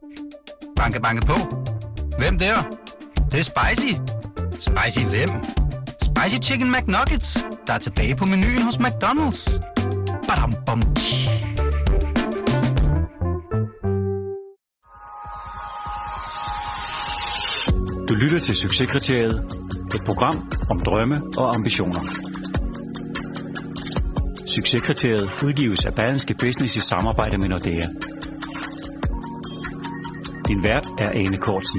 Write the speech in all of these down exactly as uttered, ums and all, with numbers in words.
Banke, banke på. Hvem der? Det, det er spicy. Spicy hvem? Spicy Chicken McNuggets, der er tilbage på menuen hos McDonald's. Badum, bom, tji. Du lytter til Succeskriteriet, et program om drømme og ambitioner. Succeskriteriet udgives af Berlingske Business i samarbejde med Nordea. Din vært er Ane Cortzen.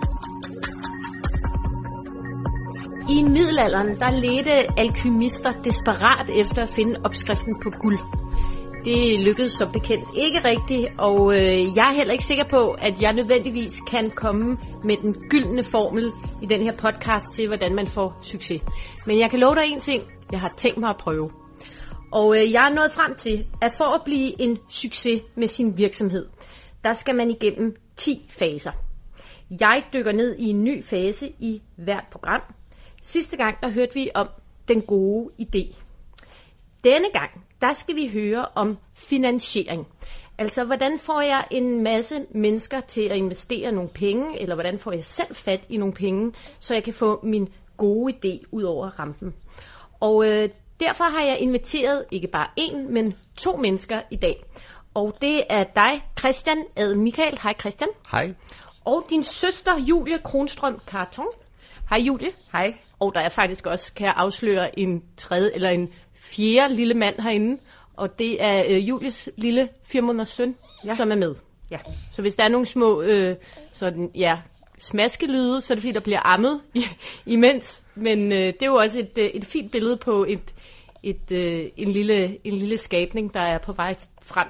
I middelalderen, der ledte alkymister desperat efter at finde opskriften på guld. Det lykkedes som bekendt ikke rigtigt, og øh, jeg er heller ikke sikker på, at jeg nødvendigvis kan komme med den gyldne formel i den her podcast til, hvordan man får succes. Men jeg kan love dig en ting, jeg har tænkt mig at prøve. Og øh, jeg er nået frem til, at for at blive en succes med sin virksomhed, der skal man igennem ti faser. Jeg dykker ned i en ny fase i hvert program. Sidste gang, der hørte vi om den gode idé. Denne gang, der skal vi høre om finansiering. Altså, hvordan får jeg en masse mennesker til at investere nogle penge, eller hvordan får jeg selv fat i nogle penge, så jeg kan få min gode idé ud over rampen. Og øh, derfor har jeg inviteret ikke bare en, men to mennesker i dag. Og det er dig, Christian Adel Michael. Hej Christian. Hej. Og din søster, Julie Kronstrøm Carton. Hej Julie. Hej. Og der er faktisk også, kan jeg afsløre, en tredje eller en fjerde lille mand herinde. Og det er øh, Julies lille fire måneders søn, ja. Som er med. Ja. Så hvis der er nogle små øh, sådan, ja, smaskelyde, så er det fordi, der bliver ammet imens. Men øh, det er jo også et, øh, et fint billede på et, et, øh, en, lille, en lille skabning, der er på vej frem.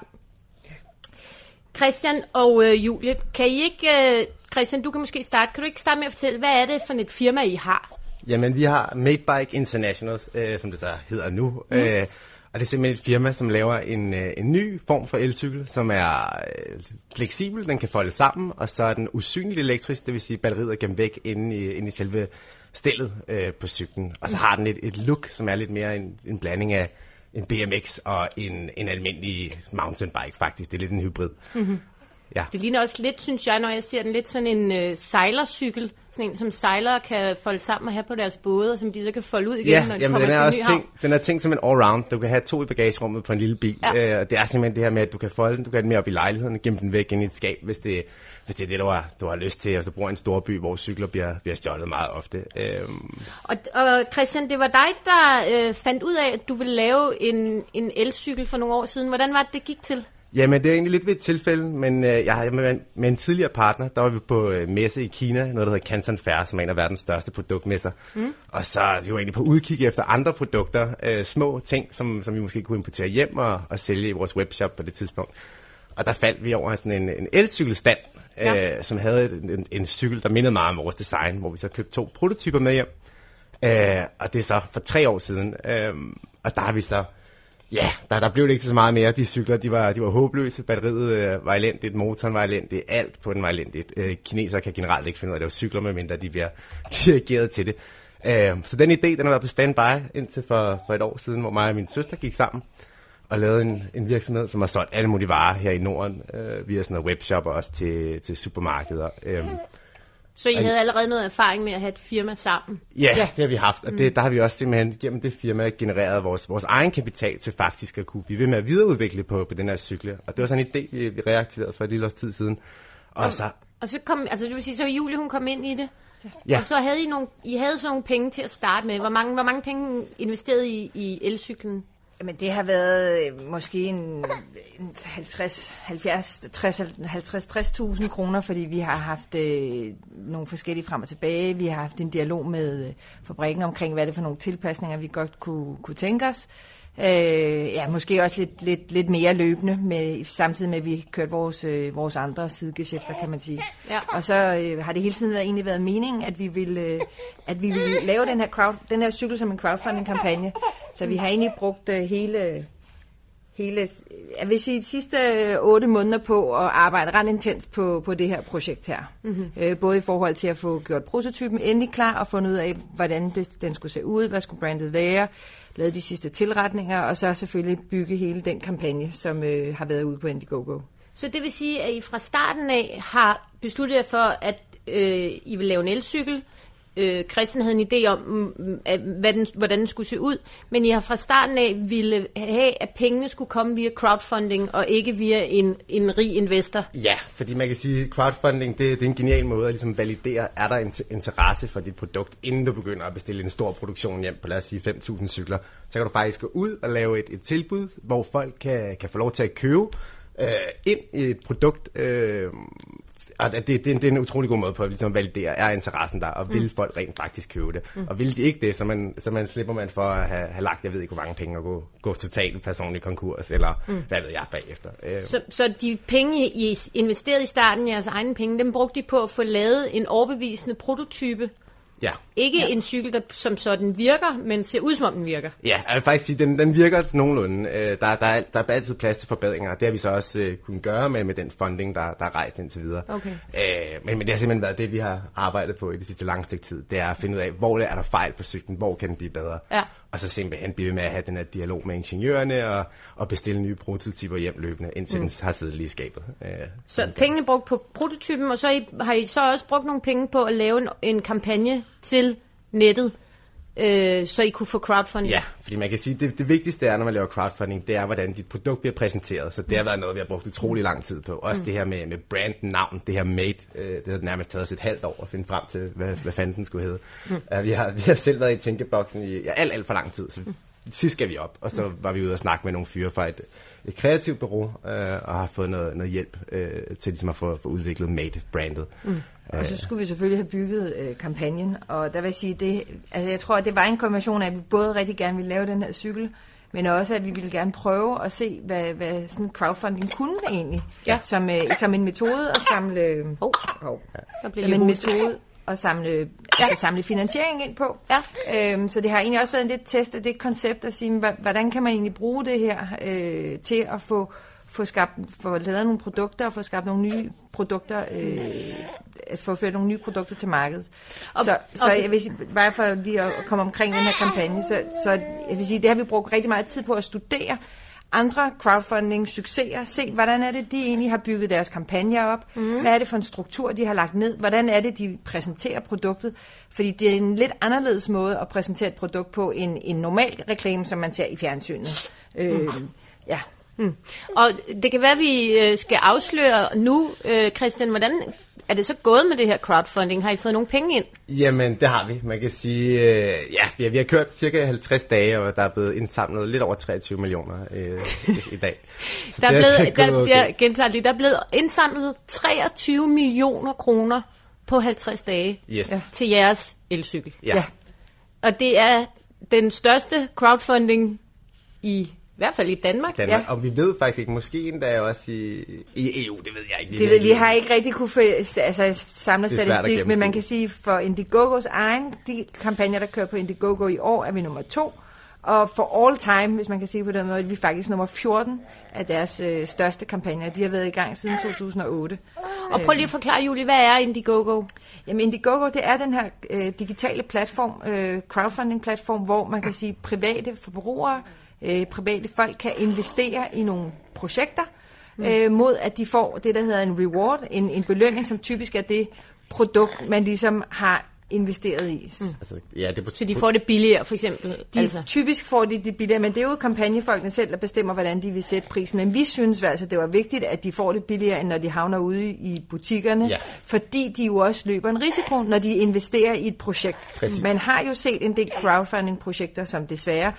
Christian og øh, Julie, kan I ikke... Øh, Christian, du kan måske starte. Kan du ikke starte med at fortælle, hvad er det for et firma, I har? Jamen, vi har Madebike International, øh, som det så hedder nu. Mm. Øh, og det er simpelthen et firma, som laver en, øh, en ny form for elcykel, som er øh, fleksibel, den kan folde sammen, og så er den usynligt elektrisk, det vil sige, batteriet er gemt væk inde i, inde i selve stillet øh, på cyklen. Og så har den et, et look, som er lidt mere en, en blanding af en B M X og en, en almindelig mountainbike, faktisk. Det er lidt en hybrid. Mm-hmm. Ja. Det ligner også lidt, synes jeg, når jeg ser den, lidt sådan en øh, sejlercykel. Sådan en, som sejlere kan folde sammen og have på deres både, og som de så kan folde ud igen, ja, når de jamen, kommer den er til også en ny ting, den er ting som en all-round. Du kan have to i bagagerummet på en lille bil. Ja. Øh, det er simpelthen det her med, at du kan folde den, du kan have den med op i lejligheden og gemme den væk ind i et skab, hvis det, hvis det er det, du har, du har lyst til. Og du bor i en stor by, hvor cykler bliver, bliver stjålet meget ofte. Øhm. Og, og Christian, det var dig, der øh, fandt ud af, at du ville lave en, en elcykel for nogle år siden. Hvordan var det, det gik til? Jamen, det er egentlig lidt ved et tilfælde, men øh, jeg har med, med en tidligere partner, der var vi på øh, messe i Kina, noget der hedder Canton Fair, som er en af verdens største produktmesser. Mm. Og så er vi jo egentlig på udkig efter andre produkter, øh, små ting, som, som vi måske kunne importere hjem og, og sælge i vores webshop på det tidspunkt. Og der faldt vi over sådan en, en elcykelstand, øh, ja. som havde en, en, en cykel, der mindede meget om vores design, hvor vi så købte to prototyper med hjem. Øh, og det er så for tre år siden, øh, og der har vi så... Ja, der, der blev det ikke så meget mere. De cykler, de var, de var håbløse. Batteriet øh, var elendigt, motoren var elendigt, alt på den var elendigt. Øh, kinesere kan generelt ikke finde ud af at lave cykler, medmindre de bliver dirigeret til det. Øh, så den idé, den har været på standby indtil for, for et år siden, hvor mig og min søster gik sammen og lavede en, en virksomhed, som har solgt alle mulige varer her i Norden, øh, via sådan noget webshop og også til, til supermarkeder. Øh, Så I havde allerede noget erfaring med at have et firma sammen? Ja, ja. Det har vi haft, og det, der har vi også simpelthen gennem det firma genereret vores, vores egen kapital til faktisk at kunne blive ved med at videreudvikle på, på den her cykle. Og det var sådan en idé, vi, vi reaktiverede for et lille års tid siden. Og, og, så, og så kom, altså det vil sige, så Julie hun kom ind i det? Ja. Og så havde I nogle, I havde så nogle penge til at starte med. Hvor mange, hvor mange penge investerede I i elcyklen? Jamen det har været måske en, en halvtreds, halvfjerds, tres, halvtreds, tres tusind kroner, fordi vi har haft øh, nogle forskellige frem og tilbage. Vi har haft en dialog med øh, fabrikken omkring, hvad det er for nogle tilpasninger, vi godt kunne, kunne tænke os. Øh, ja, måske også lidt, lidt, lidt mere løbende, med, samtidig med, at vi kørte vores, øh, vores andre sidegeschæfter, kan man sige. Ja. Og så øh, har det hele tiden været, egentlig været meningen, at vi ville, øh, at vi ville lave den her, crowd, den her cykel som en crowdfunding-kampagne. Så vi har egentlig brugt øh, hele, hele, jeg vil sige, de sidste otte måneder på at arbejde ret intens på, på det her projekt her. Mm-hmm. Øh, både i forhold til at få gjort prototypen endelig klar og fundet ud af, hvordan det, den skulle se ud, hvad skulle brandet være, lavet de sidste tilretninger, og så selvfølgelig bygge hele den kampagne, som øh, har været ude på Indiegogo. Så det vil sige, at I fra starten af har besluttet jer for, at øh, I vil lave en elcykel. Øh, Christian havde en idé om, hvad den, hvordan den skulle se ud, men I har fra starten af ville have, at pengene skulle komme via crowdfunding, og ikke via en, en rig investor. Ja, fordi man kan sige, at crowdfunding, det, det er en genial måde at ligesom validere, er der en interesse for dit produkt, inden du begynder at bestille en stor produktion hjem på, lad os sige, fem tusind cykler. Så kan du faktisk gå ud og lave et, et tilbud, hvor folk kan, kan få lov til at købe øh, ind i et produkt, øh, og det, det, det er en utrolig god måde på at ligesom validere, er interessen der, og vil mm. folk rent faktisk købe det. Mm. Og vil de ikke det, så, man, så man slipper man for at have, have lagt, jeg ved ikke hvor mange penge, og gå, gå totalt personlig konkurs, eller mm. hvad ved jeg bagefter. Så, så de penge, I investerede i starten, jeres egne penge, dem brugte de på at få lavet en overbevisende prototype? Ja. Ikke ja. en cykel, der som sådan virker, men ser ud som om den virker. Ja, jeg vil faktisk sige, den, den virker nogenlunde. Der, der, er, der er altid plads til forbedringer, og det har vi så også uh, kunnet gøre med, med den funding, der, der er rejst indtil videre. Okay. Uh, men, men det har simpelthen været det, vi har arbejdet på i det sidste lange stykke tid. Det er at finde ud af, hvor er der fejl på cyklen, hvor kan den blive bedre. Ja. Og så simpelthen blive med at have den her dialog med ingeniørerne, og, og bestille nye prototyper hjem løbende, indtil mm. den har siddet lige i skabet. Uh, så pengene brugt på prototypen, og så I, har I så også brugt nogle penge på at lave en, en kampagne til nettet, øh, så I kunne få crowdfunding? Ja, fordi man kan sige, det, det vigtigste er, når man laver crowdfunding, det er, hvordan dit produkt bliver præsenteret. Så det har været noget, vi har brugt utrolig lang tid på. Også mm. det her med, med brand, navn, det her made, øh, det har nærmest taget os et halvt år at finde frem til, hvad, hvad fanden den skulle hedde. Mm. Uh, vi, har, vi har selv været i tænkeboksen i ja, alt, alt for lang tid, så mm. sidst skal vi op. Og så var vi ude og snakke med nogle fyre fra et, et kreativt bureau, øh, og har fået noget, noget hjælp øh, til ligesom at få, få udviklet made-brandet. Mm. Og så skulle vi selvfølgelig have bygget øh, kampagnen, og der vil jeg sige, det, altså jeg tror, at det var en kombination af, at vi både rigtig gerne ville lave den her cykel, men også, at vi ville gerne prøve at se, hvad, hvad sådan crowdfunding kunne egentlig, ja. som, øh, som en metode at samle, oh. Oh, som en metode at samle, ja. altså samle finansiering ind på. Ja. Øhm, så det har egentlig også været en lidt test af det koncept at sige, hvordan kan man egentlig bruge det her øh, til at få få skabt, få lavet nogle produkter og få skabt nogle nye produkter, øh, at få ført nogle nye produkter til markedet. Og, så, så okay. jeg vil sige, bare for lige at komme omkring den her kampagne, så, så jeg vil sige, det har vi brugt rigtig meget tid på at studere andre crowdfunding-succeser, se hvordan er det, de egentlig har bygget deres kampagner op, mm. hvad er det for en struktur, de har lagt ned, hvordan er det, de præsenterer produktet, fordi det er en lidt anderledes måde at præsentere et produkt på en, en normal reklame, som man ser i fjernsynet. Mm. Øh, ja. Hmm. Og det kan være, at vi skal afsløre nu, Christian, hvordan er det så gået med det her crowdfunding? Har I fået nogle penge ind? Jamen, det har vi. Man kan sige, øh, ja, vi har, vi har kørt cirka halvtreds dage, og der er blevet indsamlet lidt over treogtyve millioner øh, i dag. der, er blevet, der, okay. der, gentager lige, der er blevet indsamlet treogtyve millioner kroner på halvtreds dage yes. til jeres elcykel. Ja. ja. Og det er den største crowdfunding i I hvert fald i Danmark. Danmark. Ja. Og vi ved faktisk ikke, måske endda også i, i E U, det ved jeg ikke. Det ved, vi har ikke rigtig kunne få, altså, samle statistik, men man kan sige, for Indiegogos egen, de kampagner, der kører på Indiegogo i år, er vi nummer to. Og for all time, hvis man kan sige på den måde, er vi faktisk nummer fjorten af deres øh, største kampagner. De har været i gang siden to tusind og otte. Og prøv lige at forklare, Julie, hvad er Indiegogo? Jamen Indiegogo, det er den her øh, digitale platform, øh, crowdfunding-platform, hvor man kan sige, private forbrugere, Øh, private folk kan investere i nogle projekter, mm. øh, mod at de får det, der hedder en reward, en, en belønning, som typisk er det produkt, man ligesom har investeret i. Mm. Altså, ja, det så de får det billigere, for eksempel? De, altså. Typisk får de det billigere, men det er jo kampagnefolkene selv, der bestemmer, hvordan de vil sætte prisen. Men vi synes altså, det var vigtigt, at de får det billigere, end når de havner ude i butikkerne, ja. Fordi de jo også løber en risiko, når de investerer i et projekt. Præcis. Man har jo set en del crowdfunding-projekter, som desværre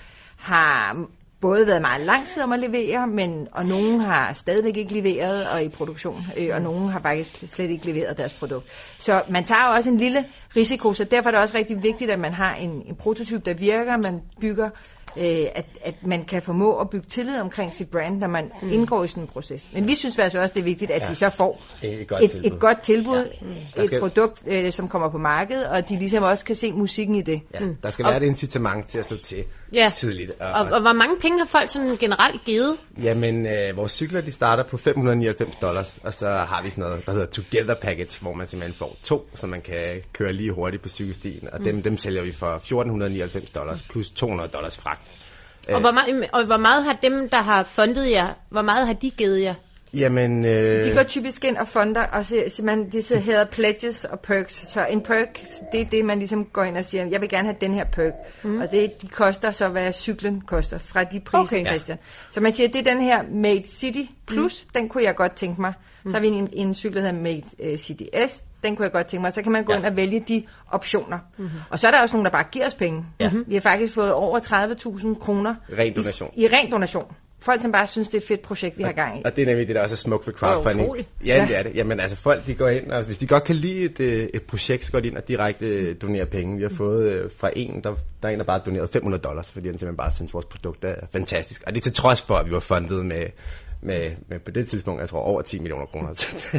har både været meget lang tid om at levere, men, og nogen har stadigvæk ikke leveret og i produktion, øh, og nogen har faktisk slet ikke leveret deres produkt. Så man tager også en lille risiko, så derfor er det også rigtig vigtigt, at man har en, en prototyp, der virker, man bygger, øh, at, at man kan formå at bygge tillid omkring sit brand, når man mm. indgår i sådan en proces. Men vi synes altså også, det er vigtigt, at ja. de så får et godt et, tilbud, et, godt tilbud ja. et skal... produkt, øh, som kommer på markedet, og de ligesom også kan se musikken i det. Ja. Der skal være og... et incitament til at slå til ja. tidligt. Og, og, og hvor mange penge har folk sådan generelt givet? Jamen, øh, vores cykler, de starter på fem hundrede nioghalvfems dollars, og så har vi sådan noget, der hedder Together Package, hvor man simpelthen får to, så man kan køre lige hurtigt på cykelstien, og mm. dem, dem sælger vi for fjorten nioghalvfems dollars plus to hundrede dollars fragt. Og hvor, meget, og hvor meget har dem, der har fundet jer, hvor meget har de givet jer? Jamen, øh... de går typisk ind og fonder, og så, så man, det så hedder pledges og perks. Så en perk, det er det, man ligesom går ind og siger, jeg vil gerne have den her perk. Mm. Og det, de koster så, hvad cyklen koster, fra de priser, okay. Christian. Så man siger, det er den her Made City Plus, mm. den kunne jeg godt tænke mig. Så har vi en, en cykel, der hedder Made uh, City S, den kunne jeg godt tænke mig. Så kan man gå ja. ind og vælge de optioner. Mm-hmm. Og så er der også nogen, der bare giver os penge. Ja. Vi har faktisk fået over tredive tusind kroner ren donation. I, i ren donation. Folk, som bare synes, det er et fedt projekt, vi har gang i. Og det er nemlig det, der også er smukt ved crowdfunding. Det ja, ja, det er det. Jamen altså, folk de går ind, og hvis de godt kan lide et, et projekt, så går de ind og direkte donerer penge. Vi har fået fra en, der, der er en, der bare doneret fem hundrede dollars, fordi han simpelthen bare synes, vores produkt er fantastisk. Og det er til trods for, at vi var fundet med... Med, med på det tidspunkt, jeg tror, over ti millioner kroner.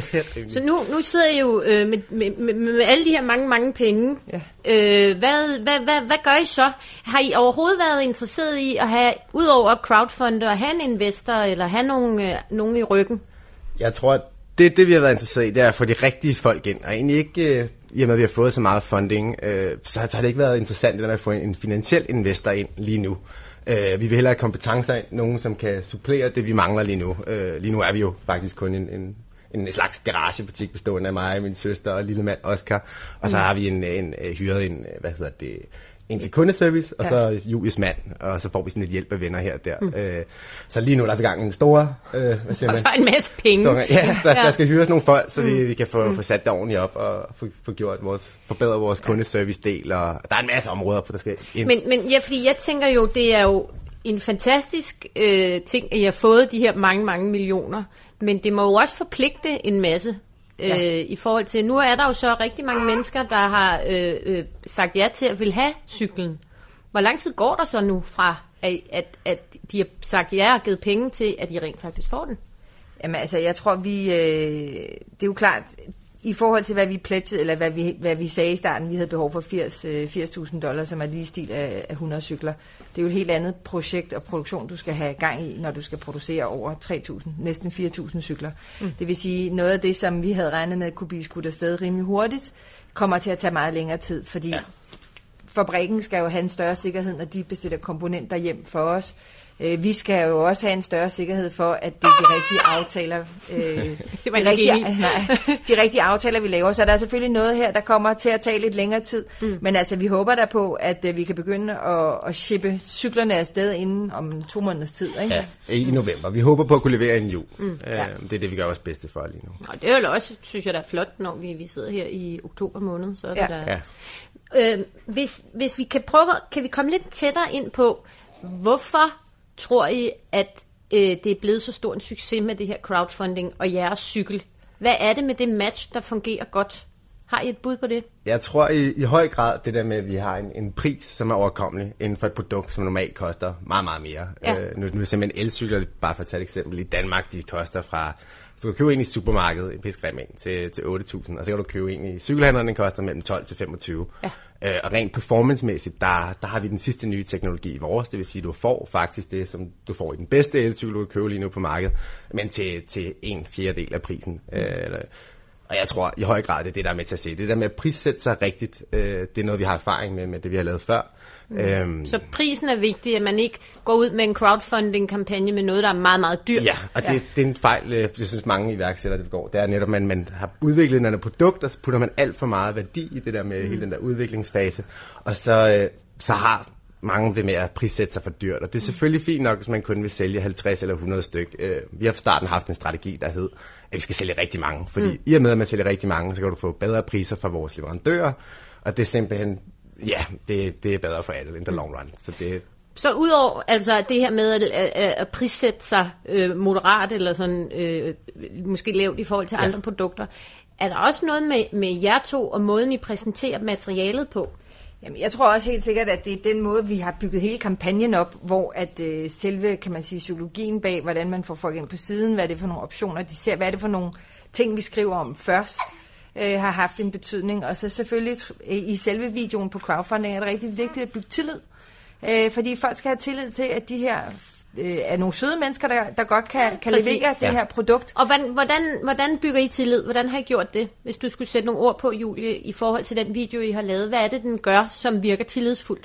Så nu, nu sidder I jo øh, med, med, med, med alle de her mange, mange penge. Ja. Øh, hvad, hvad, hvad, hvad gør I så? Har I overhovedet været interesseret i at have, udover crowdfunder, at have en investor, eller have nogen, øh, nogen i ryggen? Jeg tror, at det, det vi har været interesseret i, det er at få de rigtige folk ind. Og egentlig ikke, øh, i og med at vi har fået så meget funding, øh, så, så har det ikke været interessant det der med at få en, en finansiel investor ind lige nu. Uh, vi vil hellere have kompetencer ind, nogen som kan supplere det, vi mangler lige nu. Uh, lige nu er vi jo faktisk kun en, en, en slags garagebutik bestående af mig, min søster og lille mand Oscar. Og så har vi en, en, en hyret en, hvad hedder det, en til kundeservice, og ja. så Julies mand, og så får vi sådan lidt hjælp af venner her og der. Mm. Uh, så lige nu der er vi gang en store... Uh, hvad siger og så en masse penge. Store, ja, der, ja, der skal hyres nogle folk, så mm. vi, vi kan få, mm. få sat det ordentligt op og få, få gjort vores, forbedret vores ja. kundeservice-del, og der er en masse områder, på der skal ind. Men, men ja, fordi jeg tænker jo, det er jo en fantastisk øh, ting, at I har fået de her mange, mange millioner, men det må jo også forpligte en masse øh, ja. i forhold til, nu er der jo så rigtig mange mennesker, der har øh, øh, sagt ja til at vil have cyklen. Hvor lang tid går der så nu fra, at, at, at de har sagt ja og givet penge til, at de rent faktisk får den? Jamen altså, jeg tror vi, øh, det er jo klart, i forhold til hvad vi pledgede, eller hvad vi, hvad vi sagde i starten, vi havde behov for firs tusind dollars, som er lige stil af, af hundrede cykler. Det er jo et helt andet projekt og produktion, du skal have gang i, når du skal producere over tre tusind, næsten fire tusind cykler. Mm. Det vil sige, noget af det, som vi havde regnet med, kunne blive skudt afsted rimelig hurtigt, kommer til at tage meget længere tid, fordi ja. fabrikken skal jo have en større sikkerhed, når de bestiller komponenter hjem for os. Vi skal jo også have en større sikkerhed for, at det er de rigtige aftaler, øh, det var de, rigtige, nej, de rigtige aftaler, vi laver. Så der er selvfølgelig noget her, der kommer til at tage lidt længere tid. Mm. Men altså, vi håber der på, at uh, vi kan begynde at, at shippe cyklerne afsted inden om to måneders tid. Ikke? Ja, i november. Vi håber på at kunne levere en jul. Mm. Ja. Det er det, vi gør vores bedste for lige nu. Og det er jo også, synes jeg, der er flot, når vi, vi sidder her i oktober måned. Så er det ja. der. Ja. Øh, hvis, hvis vi kan prøve, kan vi komme lidt tættere ind på, hvorfor tror I, at øh, det er blevet så stor en succes med det her crowdfunding og jeres cykel? Hvad er det med det match, der fungerer godt? Har I et bud på det? Jeg tror i, i høj grad det der med, at vi har en, en pris, som er overkommelig inden for et produkt, som normalt koster meget, meget mere. Ja. Øh, nu, nu er simpelthen elcykler, bare for at tage et eksempel, i Danmark, de koster fra... Du kan købe en i supermarkedet, en piskrem en, til, til otte tusind, og så kan du købe en i cykelhandlerne, den koster mellem tolv til femogtyve. Ja. Øh, og rent performancemæssigt, der, der har vi den sidste nye teknologi i vores, det vil sige, at du får faktisk det, som du får i den bedste elcykel, du kan købe lige nu på markedet, men til, til en fjerdedel af prisen. Mm. Øh, og jeg tror i høj grad, det er det, der er med til at se. Det der med at prissætte sig rigtigt, øh, det er noget, vi har erfaring med, med det, vi har lavet før. Mm. Øhm, så prisen er vigtig, at man ikke går ud med en crowdfunding-kampagne med noget, der er meget, meget dyrt. Ja, og det, ja. det er en fejl, jeg synes mange iværksættere, det går. Det er netop, at man, man har udviklet en anden produkt, og så putter man alt for meget værdi i det der med mm. hele den der udviklingsfase. Og så, øh, så har mange det med at prissætte sig for dyrt. Og det er selvfølgelig fint nok, hvis man kun vil sælge halvtreds eller hundrede styk. Øh, vi har fra starten haft en strategi, der hed, at vi skal sælge rigtig mange. Fordi mm. i og med, at man sælger rigtig mange, så kan du få bedre priser fra vores leverandører. Og det er simpelthen... Ja, det, det er bedre for alle in the long run. Så, det... så udover altså det her med at, at, at prissætte sig øh, moderat eller sådan øh, måske lavt i forhold til ja. andre produkter, er der også noget med, med jer to og måden I præsenterer materialet på? Jamen, jeg tror også helt sikkert, at det er den måde, vi har bygget hele kampagnen op, hvor at øh, selve, kan man sige, psykologien bag, hvordan man får folk ind på siden, hvad er det for nogle optioner, de ser, hvad er det for nogle ting, vi skriver om først, Øh, har haft en betydning. Og så selvfølgelig øh, i selve videoen på crowdfunding er det rigtig vigtigt at bygge tillid. Øh, fordi folk skal have tillid til, at de her øh, er nogle søde mennesker, der, der godt kan, kan levere det ja. her produkt. Og hvordan, hvordan, hvordan bygger I tillid? Hvordan har I gjort det? Hvis du skulle sætte nogle ord på, Julie, i forhold til den video, I har lavet. Hvad er det, den gør, som virker tillidsfuldt?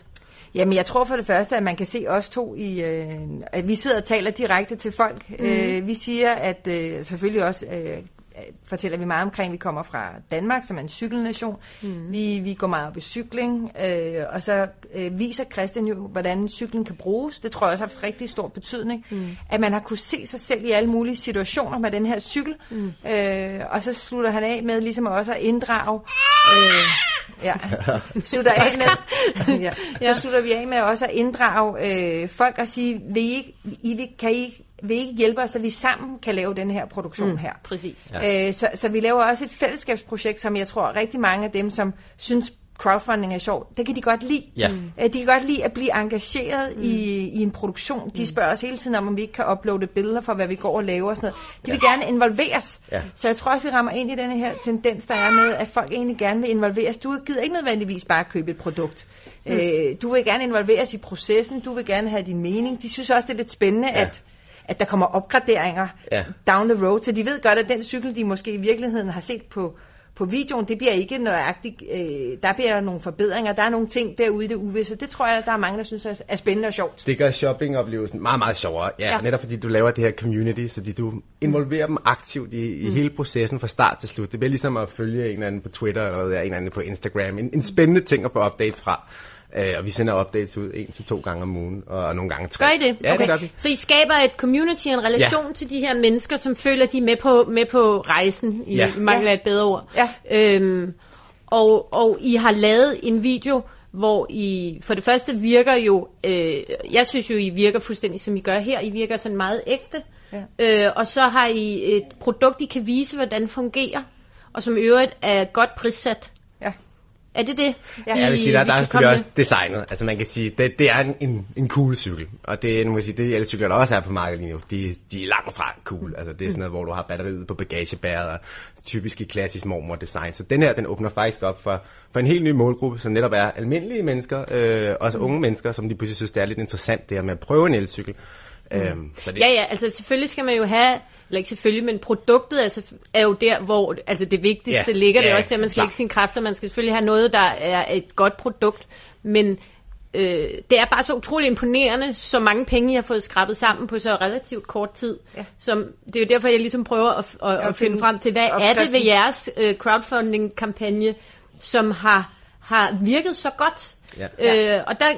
Jamen, jeg tror for det første, at man kan se os to i, øh, at vi sidder og taler direkte til folk. Mm. Øh, vi siger, at øh, selvfølgelig også øh, fortæller vi meget omkring, at vi kommer fra Danmark, som er en cykelnation. Mm. Vi, vi går meget op i cykling, øh, og så øh, viser Christian jo, hvordan cyklen kan bruges. Det tror jeg også har haft rigtig stor betydning. Mm. At man har kunne se sig selv i alle mulige situationer med den her cykel. Mm. Øh, og så slutter han af med ligesom også at inddrage... Øh, Ja, slutter af med, ja. ja. Så slutter vi af med også at inddrage øh, folk og sige, vil I, I, kan I vil I ikke hjælpe os, så vi sammen kan lave den her produktion mm, her. Præcis. Ja. Øh, så, så vi laver også et fællesskabsprojekt, som jeg tror rigtig mange af dem, som synes crowdfunding er sjovt, det kan de godt lide. Ja. De kan godt lide at blive engageret mm. i, i en produktion. De spørger os hele tiden om, om vi ikke kan uploade billeder for, hvad vi går og laver og sådan noget. De vil ja. gerne involveres. Ja. Så jeg tror også, vi rammer ind i denne her tendens, der er med, at folk egentlig gerne vil involveres. Du gider ikke nødvendigvis bare købe et produkt. Mm. Øh, du vil gerne involveres i processen. Du vil gerne have din mening. De synes også, det er lidt spændende, ja. at at der kommer opgraderinger ja. down the road. Så de ved godt, at den cykel, de måske i virkeligheden har set på på videoen, det bliver ikke nøjagtigt, øh, der bliver der nogle forbedringer, der er nogle ting derude i det uvisse. Det tror jeg, der er mange, der synes er spændende og sjovt. Det gør shoppingoplevelsen meget, meget sjovere. Ja, ja. Netop fordi du laver det her community, så du involverer mm. dem aktivt i, i mm. hele processen fra start til slut. Det bliver ligesom at følge en eller anden på Twitter, eller en eller anden på Instagram. En, en spændende ting at få updates fra. Uh, og vi sender updates ud en til to gange om ugen, og, og nogle gange tre. Gør I det? Ja, okay. det gør vi. Så I skaber et community, en relation ja. til de her mennesker, som føler, de er med på, med på rejsen, i ja. mangel af et bedre ord. Ja. Øhm, og, og I har lavet en video, hvor I for det første virker jo, øh, jeg synes jo, I virker fuldstændig som I gør her, I virker sådan meget ægte. Ja. Øh, og så har I et produkt, I kan vise, hvordan det fungerer, og som i øvrigt er godt prissat. Ja. Er det det? Ja, jeg vil sige, der, der er selvfølgelig også designet. Altså man kan sige, det, det er en, en, en cool cykel. Og det, nu må jeg sige, det er alle cykler, der også er på markedet lige nu. De, de er langt fra cool. Altså det er sådan noget, hvor du har batteriet på bagagebæret og typisk klassisk mormor design. Så den her, den åbner faktisk op for, for en helt ny målgruppe, som netop er almindelige mennesker, øh, også unge mennesker, som de pludselig synes, det er lidt interessant, det her med at prøve en elcykel. Mm. Øhm, så det... Ja, ja, altså selvfølgelig skal man jo have, eller ikke selvfølgelig, men produktet altså, er jo der, hvor altså det vigtigste ja, ligger. Ja, det er også der, man skal lægge sine kræfter. Man skal selvfølgelig have noget, der er et godt produkt, men øh, det er bare så utroligt imponerende, så mange penge, jeg har fået skrabet sammen på så relativt kort tid. Ja. Som, det er jo derfor, jeg ligesom prøver at, at, at, at finde frem til, hvad opskriften. Er det ved jeres øh, crowdfunding-kampagne, som har, har virket så godt? Ja. Øh, og der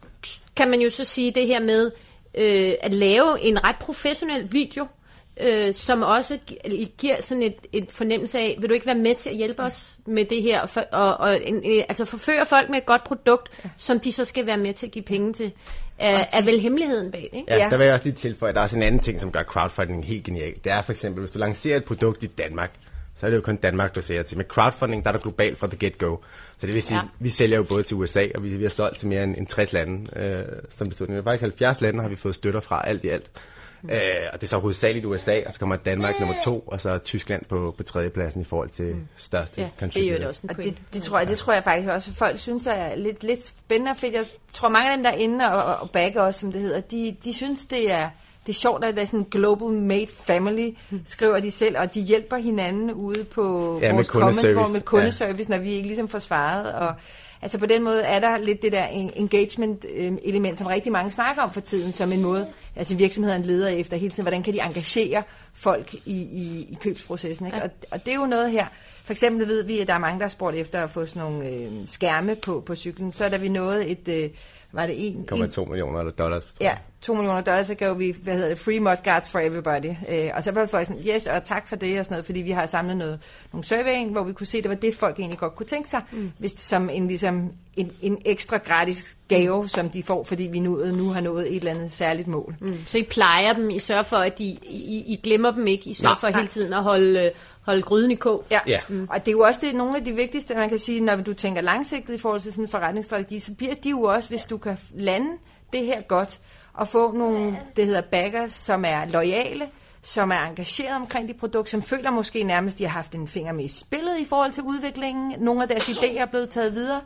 kan man jo så sige det her med, Øh, at lave en ret professionel video, øh, som også giver sådan et, et fornemmelse af, vil du ikke være med til at hjælpe os med det her, og, for, og, og en, øh, altså forføre folk med et godt produkt, ja. som de så skal være med til at give penge til, er, er vel hemmeligheden bag det, ikke? Ja, der vil jeg også lige tilføje, der er også en anden ting, som gør crowdfunding helt genialt. Det er for eksempel, hvis du lancerer et produkt i Danmark, så er det jo kun Danmark, du ser til. Med crowdfunding, der er der globalt fra the get-go. Så det vil sige, ja. vi sælger jo både til U S A, og vi, vi har solgt til mere end, end tres lande. Øh, som beslutning. Faktisk halvfjerds lande har vi fået støtter fra, alt i alt. Mm. Øh, og det er så hovedsageligt U S A, og så kommer Danmark nummer to, og så Tyskland på, på tredjepladsen i forhold til mm. største ja, contributors. Det, er jo også og det, det, tror jeg, det tror jeg faktisk også, folk synes er lidt, lidt spændende, for jeg tror mange af dem, der er inde og, og backer os, som det hedder, de, de synes, det er... Det er sjovt, at der er sådan en global made family, skriver de selv, og de hjælper hinanden ude på ja, vores comments, hvor med kundeservice, ja. når vi ikke ligesom får svaret. Og, altså på den måde er der lidt det der engagement-element, som rigtig mange snakker om for tiden, som en måde, altså virksomhederne leder efter hele tiden, hvordan kan de engagere folk i, i, i købsprocessen. Ikke? Ja. Og, og det er jo noget her. For eksempel ved vi, at der er mange, der har spurgt efter at få sådan nogle øh, skærme på, på cyklen, så er der vi nået et... Øh, var det en... komma to millioner dollars. Ja, to millioner dollars, så gav vi, hvad hedder det, free mudguards for everybody. Øh, og så var det folk sådan, yes, og tak for det og sådan noget, fordi vi har samlet noget, nogle survey, hvor vi kunne se, at det var det, folk egentlig godt kunne tænke sig, mm. hvis som en, ligesom, en, en ekstra gratis gave, som de får, fordi vi nu, nu har nået et eller andet særligt mål. Mm. Så I plejer dem, I sørger for, at de, I, I glemmer dem ikke, I sørger nej, for nej. hele tiden at holde... holde gryden i kog. Ja, ja. Mm. Og det er jo også det, nogle af de vigtigste, man kan sige, når du tænker langsigtet i forhold til sådan en forretningsstrategi, så bliver de jo også, hvis du kan lande det her godt, og få nogle, det hedder backers, som er loyale, som er engageret omkring de produkter, som føler måske nærmest, de har haft en finger med i spillet i forhold til udviklingen. Nogle af deres idéer er blevet taget videre.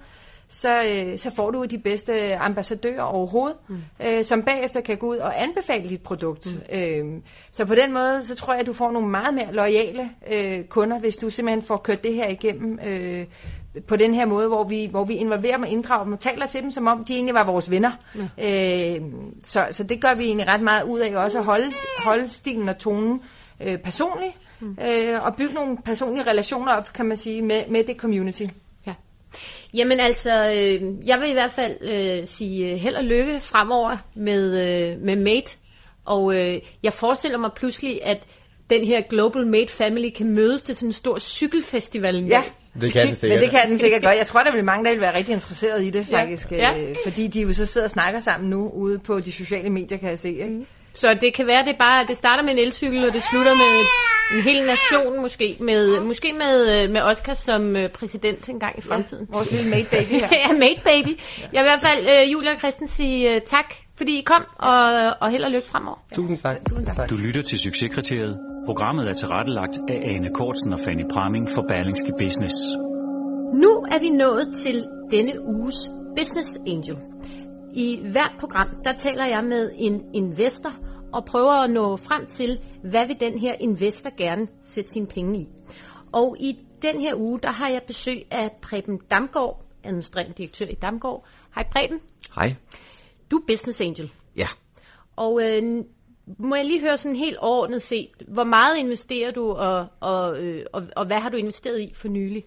så, øh, så får du de bedste ambassadører overhovedet, mm. øh, som bagefter kan gå ud og anbefale dit produkt. Mm. Øh, så på den måde, så tror jeg, at du får nogle meget mere loyale øh, kunder, hvis du simpelthen får kørt det her igennem øh, på den her måde, hvor vi, hvor vi involverer dem og inddrager dem og taler til dem, som om de egentlig var vores venner. Mm. Øh, så, så det gør vi egentlig ret meget ud af også at holde, holde stilen og tonen øh, personlig, mm. øh, og bygge nogle personlige relationer op, kan man sige, med, med det community. Ja. Jamen altså, øh, jeg vil i hvert fald øh, sige held og lykke fremover med, øh, med Made, og øh, jeg forestiller mig pludselig, at den her Global Made Family kan mødes til sådan en stor cykelfestival. Ja. Det kan den sikkert. Men det kan den sikkert godt. Jeg tror, der vil mange, der vil være rigtig interesseret i det, faktisk. Ja. Ja. Øh, fordi de jo så sidder og snakker sammen nu, ude på de sociale medier, kan jeg se. Ikke? Mm. Så det kan være, det bare det starter med en elcykel, og det slutter med en hel nation måske. Med, måske med, med Oscar som præsident engang i fremtiden. Ja, vores lille Made Baby her. Ja, Made Baby. Jeg vil i hvert fald, uh, Julie og Christen, sige uh, tak, fordi I kom, og, og held og lykke fremover. Tusind tak. Tusind tak. Du lytter til Succeskriteriet. Programmet er tilrettelagt af Ane Kortsen og Fanny Pramming for Berlingske Business. Nu er vi nået til denne uges Business Angel. I hvert program, der taler jeg med en investor og prøver at nå frem til, hvad vil den her investor gerne sætte sine penge i. Og i den her uge, der har jeg besøg af Preben Damgaard, administrerende direktør i Damgaard. Hej Preben. Hej. Du er Business Angel. Ja. Og øh, må jeg lige høre sådan helt overordnet set, hvor meget investerer du, og, og, øh, og, og hvad har du investeret i for nylig?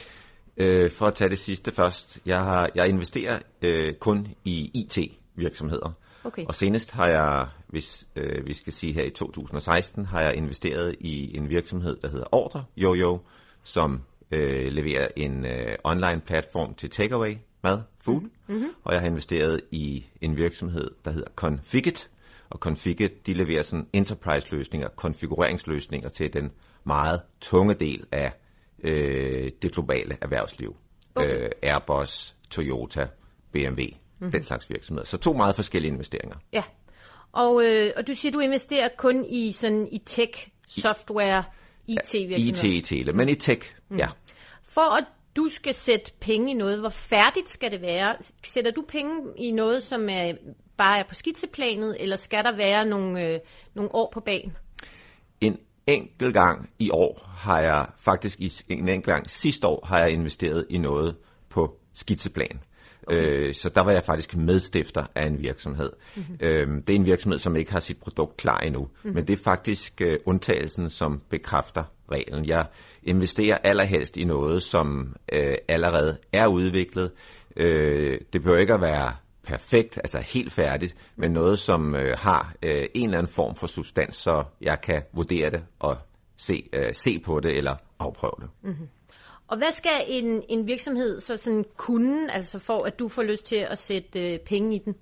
Øh, for at tage det sidste først. Jeg, har, jeg investerer øh, kun i I T-virksomheder. Okay. Og senest har jeg, hvis øh, vi skal sige her i to tusind og seksten, har jeg investeret i en virksomhed, der hedder Ordre Yoyo, som øh, leverer en øh, online platform til takeaway mad, food. Mm-hmm. Og jeg har investeret i en virksomhed, der hedder Configit. Og Configit, de leverer sådan enterprise-løsninger, konfigureringsløsninger til den meget tunge del af øh, det globale erhvervsliv. Okay. Øh, Airbus, Toyota, B M W, mm-hmm. den slags virksomheder. Så to meget forskellige investeringer. Ja, og, øh, og du siger, du investerer kun i sådan i tech, software, I T-virksomheder. I T, tele, men i tech, mm. ja. For at du skal sætte penge i noget, hvor færdigt skal det være? Sætter du penge i noget, som er, bare er på skitseplanet, eller skal der være nogle, øh, nogle år på bagen? En enkelt gang i år har jeg, faktisk i en enkelt gang sidste år, har jeg investeret i noget på skitseplan. Okay. Øh, så der var jeg faktisk medstifter af en virksomhed. Mm-hmm. Øh, det er en virksomhed, som ikke har sit produkt klar endnu. Mm-hmm. Men det er faktisk øh, undtagelsen, som bekræfter reglen. Jeg investerer allerhelst i noget, som øh, allerede er udviklet. Øh, det behøver ikke at være perfekt, altså helt færdigt, men noget, som øh, har øh, en eller anden form for substans, så jeg kan vurdere det og se, øh, se på det eller afprøve det. Mm-hmm. Og hvad skal en, en virksomhed så sådan kunne, altså for at du får lyst til at sætte øh, penge i den?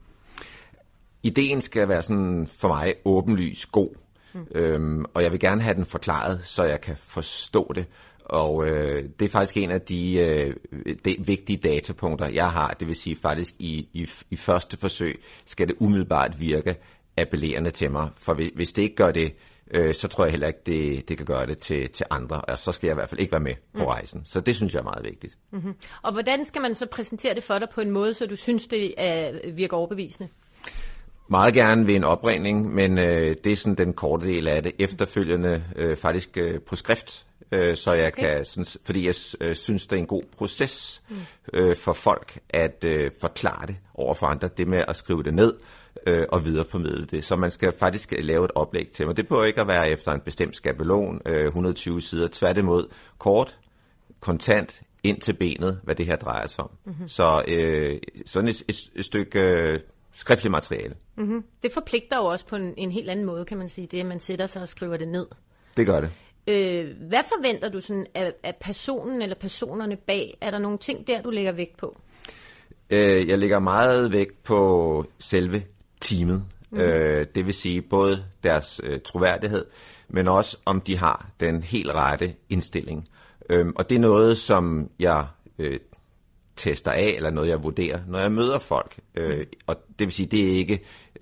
Ideen skal være sådan for mig åbenlys god, mm. øhm, og jeg vil gerne have den forklaret, så jeg kan forstå det. Og øh, det er faktisk en af de, øh, de vigtige datapunkter, jeg har. Det vil sige faktisk i, i, i første forsøg skal det umiddelbart virke appellerende til mig. For hvis det ikke gør det, øh, så tror jeg heller ikke, det, det kan gøre det til, til andre. Og så skal jeg i hvert fald ikke være med på mm. rejsen. Så det synes jeg er meget vigtigt. Mm-hmm. Og hvordan skal man så præsentere det for dig på en måde, så du synes, det er, virker overbevisende? Meget gerne ved en opringning, men øh, det er sådan den korte del af det. Efterfølgende øh, faktisk øh, på skrift, øh, så jeg okay. kan, sådan, fordi jeg øh, synes, det er en god proces øh, for folk at øh, forklare det over for andre. Det med at skrive det ned øh, og videreformidle det. Så man skal faktisk lave et oplæg til mig. Det behøver ikke at være efter en bestemt skabelon, øh, et hundrede og tyve sider. Tværtimod kort, kontant, ind til benet, hvad det her drejer sig om. Mm-hmm. Så øh, sådan et, et, et stykke øh, skriftligt materiale. Mm-hmm. Det forpligter jo også på en, en helt anden måde, kan man sige, det at man sætter sig og skriver det ned. Det gør det. Øh, hvad forventer du sådan af, af personen eller personerne bag? Er der nogle ting der, du lægger vægt på? Øh, jeg lægger meget vægt på selve teamet. Mm-hmm. Øh, det vil sige både deres øh, troværdighed, men også om de har den helt rette indstilling. Øh, og det er noget, som jeg øh, tester af, eller noget jeg vurderer, når jeg møder folk. Øh, og det vil sige, det er ikke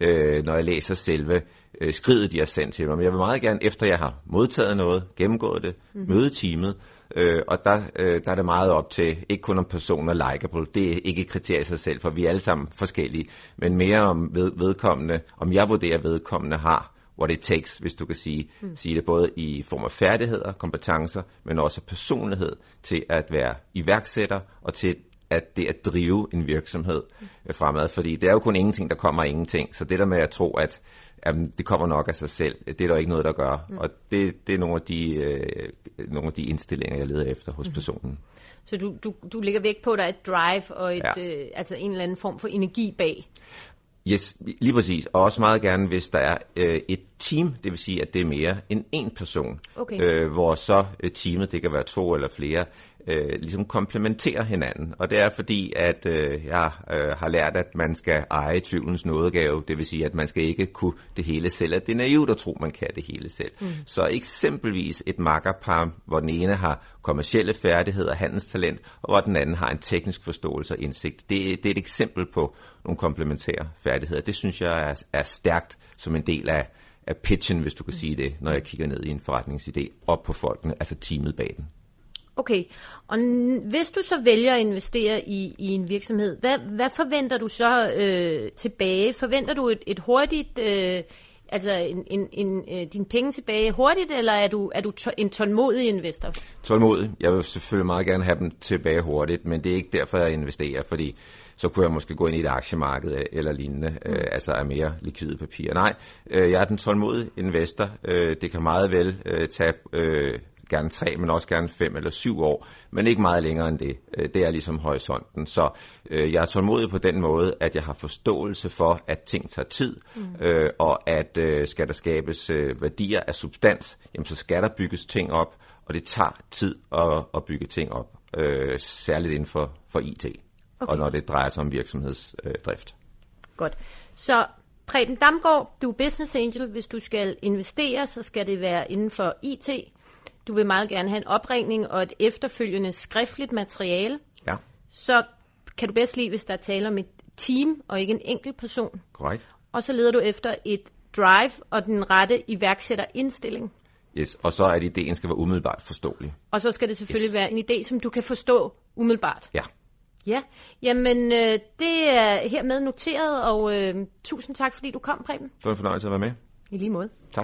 øh, når jeg læser selve øh, skridet, de har sendt til mig. Men jeg vil meget gerne, efter jeg har modtaget noget, gennemgået det, mm. møde teamet, øh, og der, øh, der er det meget op til, ikke kun om personen er likeable, det er ikke et kriterie i sig selv, for vi er alle sammen forskellige, men mere om ved, vedkommende, om jeg vurderer vedkommende har what it takes, hvis du kan sige, mm. sige det både i form af færdigheder, kompetencer, men også personlighed til at være iværksætter og til at det at drive en virksomhed mm. fremad. Fordi det er jo kun ingenting, der kommer af ingenting. Så det der med at tro, at jamen, det kommer nok af sig selv, det er der ikke noget, der gør. Mm. Og det, det er nogle af, de, øh, nogle af de indstillinger, jeg leder efter hos mm. personen. Så du, du, du lægger vægt på, at der er et drive og et, ja. øh, altså en eller anden form for energi bag? Yes, lige præcis. Og også meget gerne, hvis der er øh, et team, det vil sige, at det er mere end én person. Okay. Øh, hvor så øh, teamet, det kan være to eller flere, øh, ligesom komplementerer hinanden. Og det er fordi, at øh, jeg øh, har lært, at man skal eje tvivlens nådegave. Det vil sige, at man skal ikke kunne det hele selv. At det er naivt at tro, man kan det hele selv. Mm. Så eksempelvis et makkerpar, hvor den ene har kommercielle færdigheder, handelstalent, og hvor den anden har en teknisk forståelse og indsigt. Det, det er et eksempel på nogle komplementære færdigheder. Det synes jeg er, er stærkt som en del af, af pitchen, hvis du kan sige det, når jeg kigger ned i en forretningsidé, op på folkene, altså teamet bag den. Okay, og n- hvis du så vælger at investere i, i en virksomhed, hvad, hvad forventer du så øh, tilbage? Forventer du et, et hurtigt, øh, altså en, en, en, øh, dine penge tilbage hurtigt, eller er du, er du to- en tålmodig investor? Tålmodig. Jeg vil selvfølgelig meget gerne have dem tilbage hurtigt, men det er ikke derfor, jeg investerer, fordi så kunne jeg måske gå ind i et aktiemarked eller lignende, mm. øh, altså af mere likvide papirer. Nej, øh, jeg er den tålmodige investor. Øh, det kan meget vel øh, tage øh, gerne tre, men også gerne fem eller syv år, men ikke meget længere end det. Øh, det er ligesom horisonten. Så øh, jeg er tålmodig på den måde, at jeg har forståelse for, at ting tager tid, mm. øh, og at øh, skal der skabes øh, værdier af substans, jamen så skal der bygges ting op, og det tager tid at, at bygge ting op, øh, særligt inden for, for I T. Okay. Og når det drejer sig om virksomhedsdrift. Øh, Godt. Så Preben Damgaard, du er business angel. Hvis du skal investere, så skal det være inden for I T. Du vil meget gerne have en opringning og et efterfølgende skriftligt materiale. Ja. Så kan du bedst lide, hvis der er tale om et team og ikke en enkelt person. Korrekt. Og så leder du efter et drive og den rette iværksætterindstilling. Yes, og så at ideen skal være umiddelbart forståelig. Og så skal det selvfølgelig yes. være en idé, som du kan forstå umiddelbart. Ja. Ja, jamen øh, det er hermed noteret, og øh, tusind tak, fordi du kom, Preben. Det var en fornøjelse at være med. I lige måde. Tak.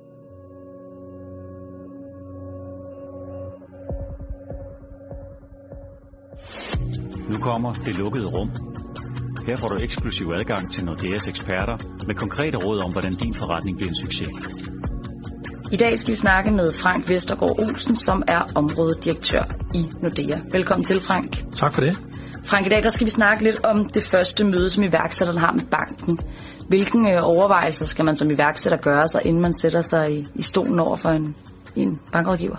Nu kommer Det Lukkede Rum. Her får du eksklusiv adgang til Nordeas eksperter med konkrete råd om, hvordan din forretning bliver en succes. I dag skal vi snakke med Frank Vestergaard Olsen, som er områdedirektør i Nordea. Velkommen til, Frank. Tak for det. Frank, i dag der skal vi snakke lidt om det første møde, som iværksætteren har med banken. Hvilke overvejelser skal man som iværksætter gøre sig, inden man sætter sig i, i stolen over for en, en bankrådgiver?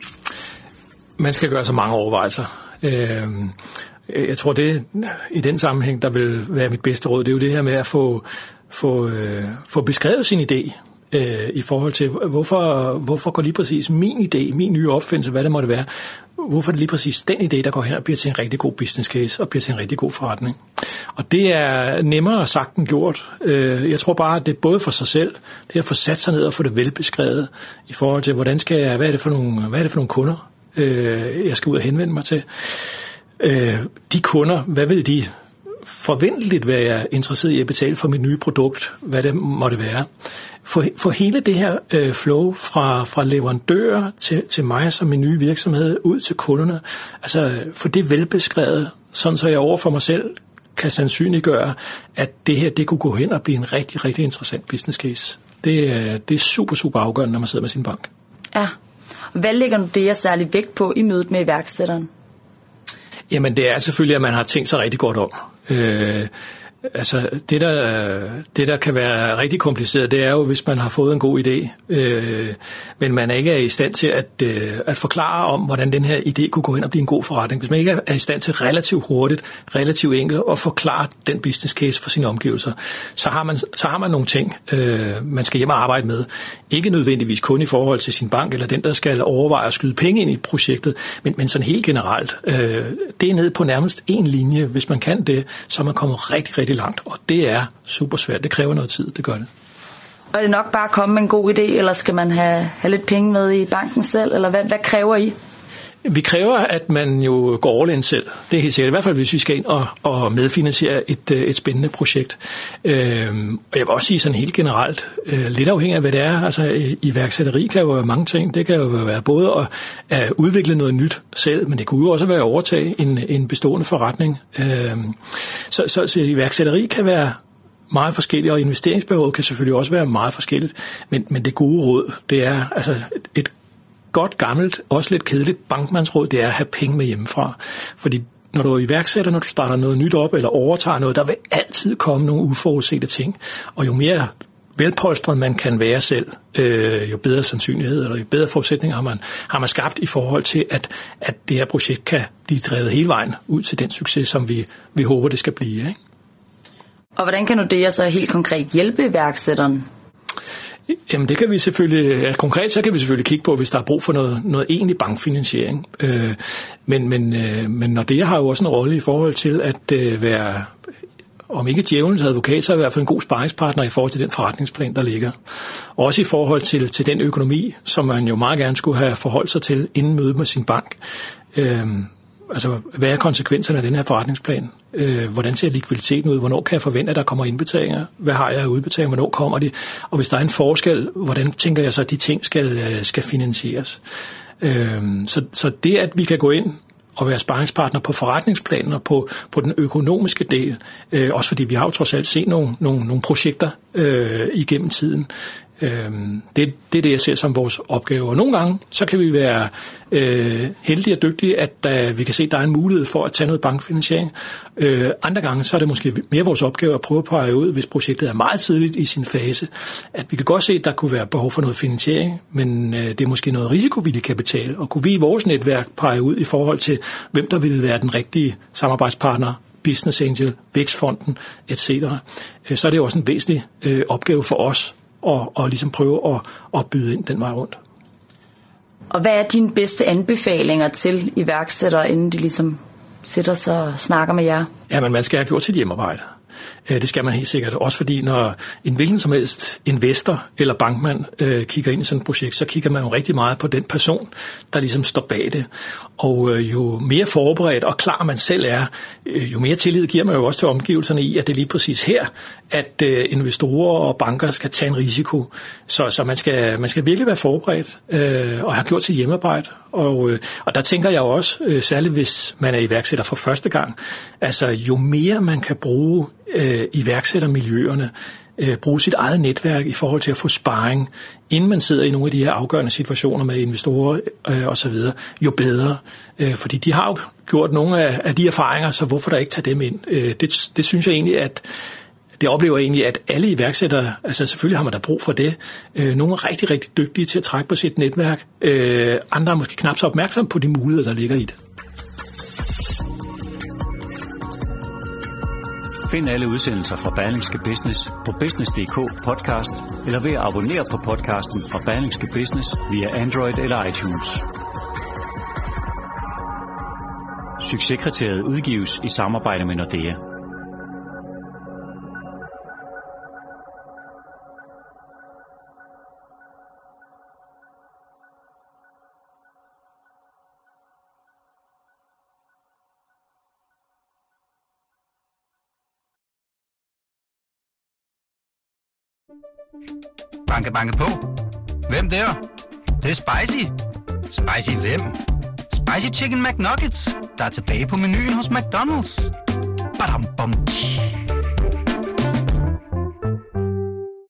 Man skal gøre så mange overvejelser. Øh, jeg tror, det i den sammenhæng, der vil være mit bedste råd, det er jo det her med at få, få, øh, få beskrevet sin idé. Øh, i forhold til, hvorfor, hvorfor går lige præcis min idé, min nye opfindelse, hvad det måtte være, hvorfor er det lige præcis den idé, der går hen og bliver til en rigtig god business case og bliver til en rigtig god forretning. Og det er nemmere sagt end gjort. Øh, jeg tror bare, at det er både for sig selv, det er at få sat sig ned og få det velbeskrevet i forhold til, hvordan skal jeg, hvad er det for nogle, hvad er det for nogle kunder, øh, jeg skal ud og henvende mig til. Øh, de kunder, hvad vil de forventeligt være interesseret i at betale for mit nye produkt, hvad det måtte være. For, for hele det her øh, flow fra, fra leverandører til, til mig som min nye virksomhed ud til kunderne, altså for det velbeskrevet, sådan så jeg over for mig selv kan sandsynliggøre, at det her det kunne gå hen og blive en rigtig, rigtig interessant business case. Det, øh, det er super, super afgørende, når man sidder med sin bank. Ja. Hvad lægger du det jeg særlig vægt på i mødet med iværksætteren? Jamen det er selvfølgelig, at man har tænkt sig rigtig godt om. Øh, altså det der, det der kan være rigtig kompliceret, det er jo, hvis man har fået en god idé, øh, men man ikke er i stand til at, øh, at forklare om, hvordan den her idé kunne gå hen og blive en god forretning. Hvis man ikke er i stand til relativt hurtigt, relativt enkelt at forklare den business case for sine omgivelser, så har man, så har man nogle ting, øh, man skal hjem og arbejde med. Ikke nødvendigvis kun i forhold til sin bank, eller den, der skal overveje at skyde penge ind i projektet, men, men sådan helt generelt. Øh, det er ned på nærmest en linje. Hvis man kan det, så er man kommet rigtig, rigtig rigtig langt, og det er super svært. Det kræver noget tid, det gør det. Og er det nok bare at komme med en god idé, eller skal man have, have lidt penge med i banken selv, eller hvad, hvad kræver I? Vi kræver, at man jo går all in selv. Det er helt sikkert, i hvert fald hvis vi skal ind og, og medfinansiere et, et spændende projekt. Øhm, og jeg vil også sige sådan helt generelt, øh, lidt afhængig af hvad det er. Altså iværksætteri kan jo være mange ting. Det kan jo være både at, at udvikle noget nyt selv, men det kunne jo også være at overtage en, en bestående forretning. Øhm, så, så, så iværksætteri kan være meget forskelligt, og investeringsbehovet kan selvfølgelig også være meget forskelligt. Men, men det gode råd, det er altså et, et godt gammelt, også lidt kedeligt bankmandsråd, det er at have penge med hjemmefra. Fordi når du er iværksætter, når du starter noget nyt op, eller overtager noget, der vil altid komme nogle uforudsete ting. Og jo mere velpolstret man kan være selv, øh, jo bedre sandsynlighed, eller jo bedre forudsætninger har man, har man skabt i forhold til, at, at det her projekt kan blive drevet hele vejen ud til den succes, som vi, vi håber, det skal blive. Ikke? Og hvordan kan Nordea så helt konkret hjælpe iværksætteren? Jamen det kan vi selvfølgelig, ja, konkret så kan vi selvfølgelig kigge på, hvis der er brug for noget, noget egentlig bankfinansiering. Øh, men, men, øh, men Nordea har jo også en rolle i forhold til at øh, være, om ikke djævelens advokat, så er i hvert fald en god sparringspartner i forhold til den forretningsplan, der ligger. Også i forhold til, til den økonomi, som man jo meget gerne skulle have forholdt sig til inden mødet med sin bank. Øh, Altså, hvad er konsekvenserne af den her forretningsplan? Øh, hvordan ser likviditeten ud? Hvornår kan jeg forvente, at der kommer indbetalinger? Hvad har jeg af udbetalinger? Hvornår kommer de? Og hvis der er en forskel, hvordan tænker jeg så, at de ting skal, skal finansieres? Øh, så, så det, at vi kan gå ind og være sparringspartner på forretningsplanen og på, på den økonomiske del, øh, også fordi vi har jo trods alt set nogle, nogle, nogle projekter øh, igennem tiden. Øhm, det, det er det, jeg ser som vores opgave. Og nogle gange, så kan vi være øh, heldige og dygtige, at uh, vi kan se, at der er en mulighed for at tage noget bankfinansiering. Øh, andre gange, så er det måske mere vores opgave at prøve at pege ud, hvis projektet er meget tidligt i sin fase, at vi kan godt se, at der kunne være behov for noget finansiering, men øh, det er måske noget risikovillig kapital. Og kunne vi i vores netværk pege ud i forhold til, hvem der ville være den rigtige samarbejdspartner, Business Angel, Vækstfonden, et cetera, øh, så er det også en væsentlig øh, opgave for os, Og, og ligesom prøve at, at byde ind den vej rundt. Og hvad er dine bedste anbefalinger til iværksættere, inden de ligesom sætter sig og snakker med jer? Jamen, man skal have gjort sit hjemmearbejde. Det skal man helt sikkert. Også fordi, når en hvilken som helst investor eller bankmand øh, kigger ind i sådan et projekt, så kigger man jo rigtig meget på den person, der ligesom står bag det. Og øh, jo mere forberedt og klar man selv er, øh, jo mere tillid giver man jo også til omgivelserne i, at det er lige præcis her, at øh, investorer og banker skal tage en risiko. Så, så man, skal, man skal virkelig være forberedt øh, og have gjort sit hjemmearbejde. Og, øh, og der tænker jeg også, øh, særligt hvis man er iværksætter for første gang, altså jo mere man kan bruge øh, iværksættermiljøerne, øh, bruge sit eget netværk i forhold til at få sparring, inden man sidder i nogle af de her afgørende situationer med investorer øh, osv., jo bedre. Øh, fordi de har jo gjort nogle af, af de erfaringer, så hvorfor der ikke tage dem ind? Øh, det, det synes jeg egentlig, at det oplever jeg egentlig, at alle iværksættere, altså selvfølgelig har man da brug for det. Øh, nogle er rigtig, rigtig dygtige til at trække på sit netværk. Øh, andre er måske knap så opmærksomme på de muligheder, der ligger i det. Find alle udsendelser fra Berlingske Business på business punktum d k podcast eller ved at abonnere på podcasten fra Berlingske Business via Android eller iTunes. Succeskriteriet udgives i samarbejde med Nordea. Banke, banke på. Hvem der? Det, det er spicy. Spicy hvem? Spicy Chicken McNuggets, der er tilbage på menuen hos McDonald's. Badum, bom, tji.